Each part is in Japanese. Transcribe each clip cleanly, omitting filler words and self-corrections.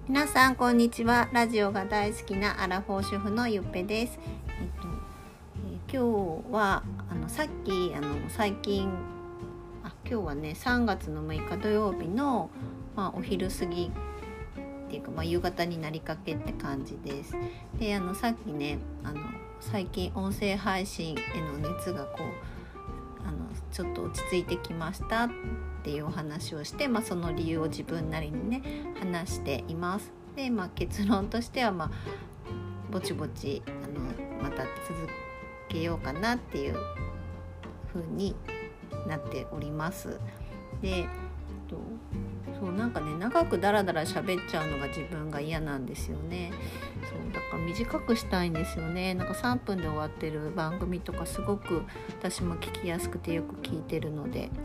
皆さんこんにちは。ラジオが大好きなアラフォー主婦のゆっぺです。今日はさっき最近今日はね3月の6日土曜日の、お昼過ぎっていうか、夕方になりかけって感じです。でさっきね最近音声配信への熱がちょっと落ち着いてきましたっていうお話をして、その理由を自分なりにね話しています。で、結論としてはぼちぼちまた続けようかなっていう風になっております。で、なんかね長くダラダラ喋っちゃうのが自分が嫌なんですよね。だから短くしたいんですよね。なんか3分で終わってる番組とかすごく私も聞きやすくてよく聞いてるので、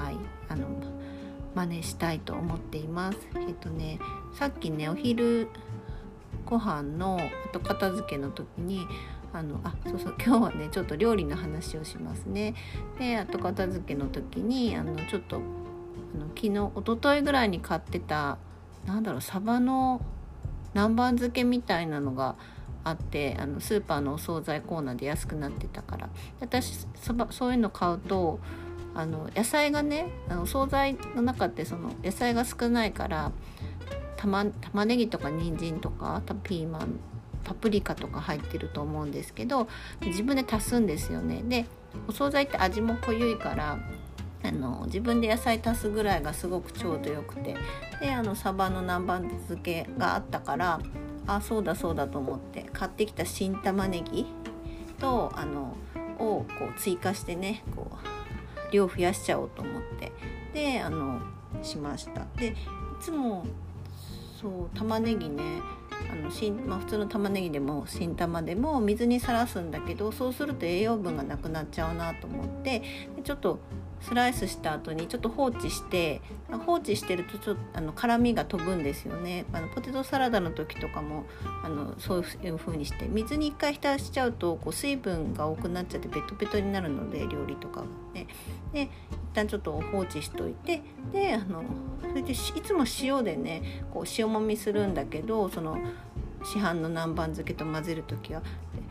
真似したいと思っています。さっきねお昼ご飯の後片付けの時に今日はねちょっと料理の話をしますね。で後片付けの時にちょっと昨日一昨日ぐらいに買ってたサバの南蛮漬けみたいなのがあって、スーパーのお惣菜コーナーで安くなってたから、私そういうの買うと野菜がねお惣菜の中ってその野菜が少ないから玉ねぎとか人参とかピーマンパプリカとか入ってると思うんですけど、自分で足すんですよね。でお惣菜って味も濃ゆいから自分で野菜足すぐらいがすごくちょうどよくて、でサバの南蛮漬けがあったからそうだと思って買ってきた新玉ねぎとを追加してね量増やしちゃおうと思ってでしました。でいつも玉ねぎね普通の玉ねぎでも新玉でも水にさらすんだけど、そうすると栄養分がなくなっちゃうなと思ってちょっとスライスした後にちょっと放置してるとちょっと辛みが飛ぶんですよね。ポテトサラダの時とかもそういう風にして水に一回浸しちゃうと水分が多くなっちゃってベトベトになるので料理とかがね。で一旦ちょっと放置しといてでそれでいつも塩でね塩もみするんだけど、その市販の南蛮漬けと混ぜる時は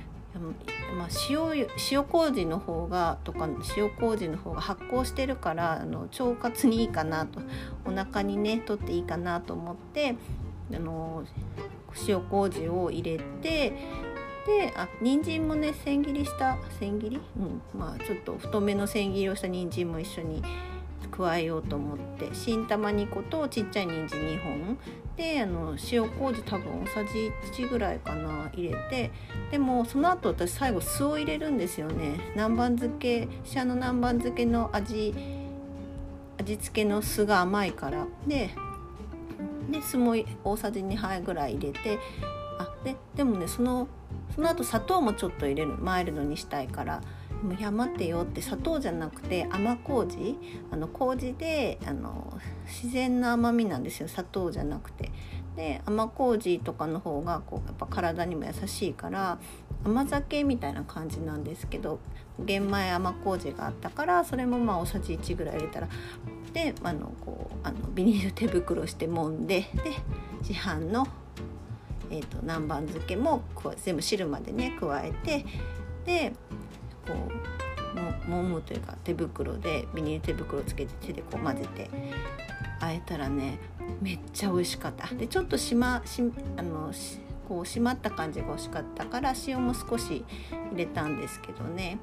塩麹の方が発酵してるから腸活にいいかなと、お腹にねとっていいかなと思って塩麹を入れて、で人参もねちょっと太めの千切りをした人参も一緒に加えようと思って新玉2個とちっちゃい人参2本で塩麹多分大さじ1ぐらいかな入れて、でもその後私最後酢を入れるんですよね。市販の南蛮漬けの味付けの酢が甘いからで酢も大さじ2杯ぐらい入れてでもねその後砂糖もちょっと入れる、マイルドにしたいから。待ってよって、砂糖じゃなくて甘麹麹で自然な甘みなんですよ、砂糖じゃなくて。で甘麹とかの方がやっぱ体にも優しいから甘酒みたいな感じなんですけど、玄米甘麹があったからそれも大さじ1ぐらい入れたらでビニール手袋して揉んで市販の、南蛮漬けも全部汁までね加えてで揉むというかビニール手袋つけて手で混ぜてあえたらねめっちゃ美味しかった。でちょっと締まった感じが欲しかったから塩も少し入れたんですけどね。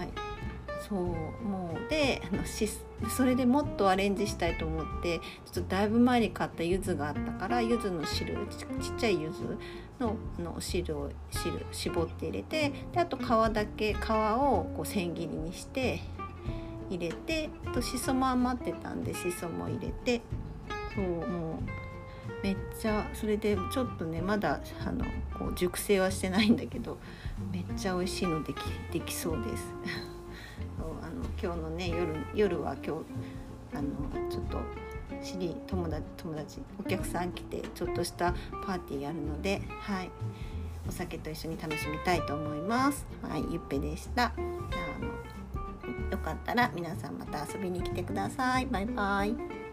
それでもっとアレンジしたいと思ってちょっとだいぶ前に買った柚子があったから柚子の汁ちっちゃい柚子の汁を絞って入れて、であと皮を千切りにして入れてしそも余ってたんでしそも入れてもうめっちゃそれでちょっとねまだ熟成はしてないんだけどめっちゃ美味しいのできそうです今日のね夜はちょっと友達お客さん来てちょっとしたパーティーやるので、お酒と一緒に楽しみたいと思います。ゆっぺでした。よかったら皆さんまた遊びに来てください。バイバイ。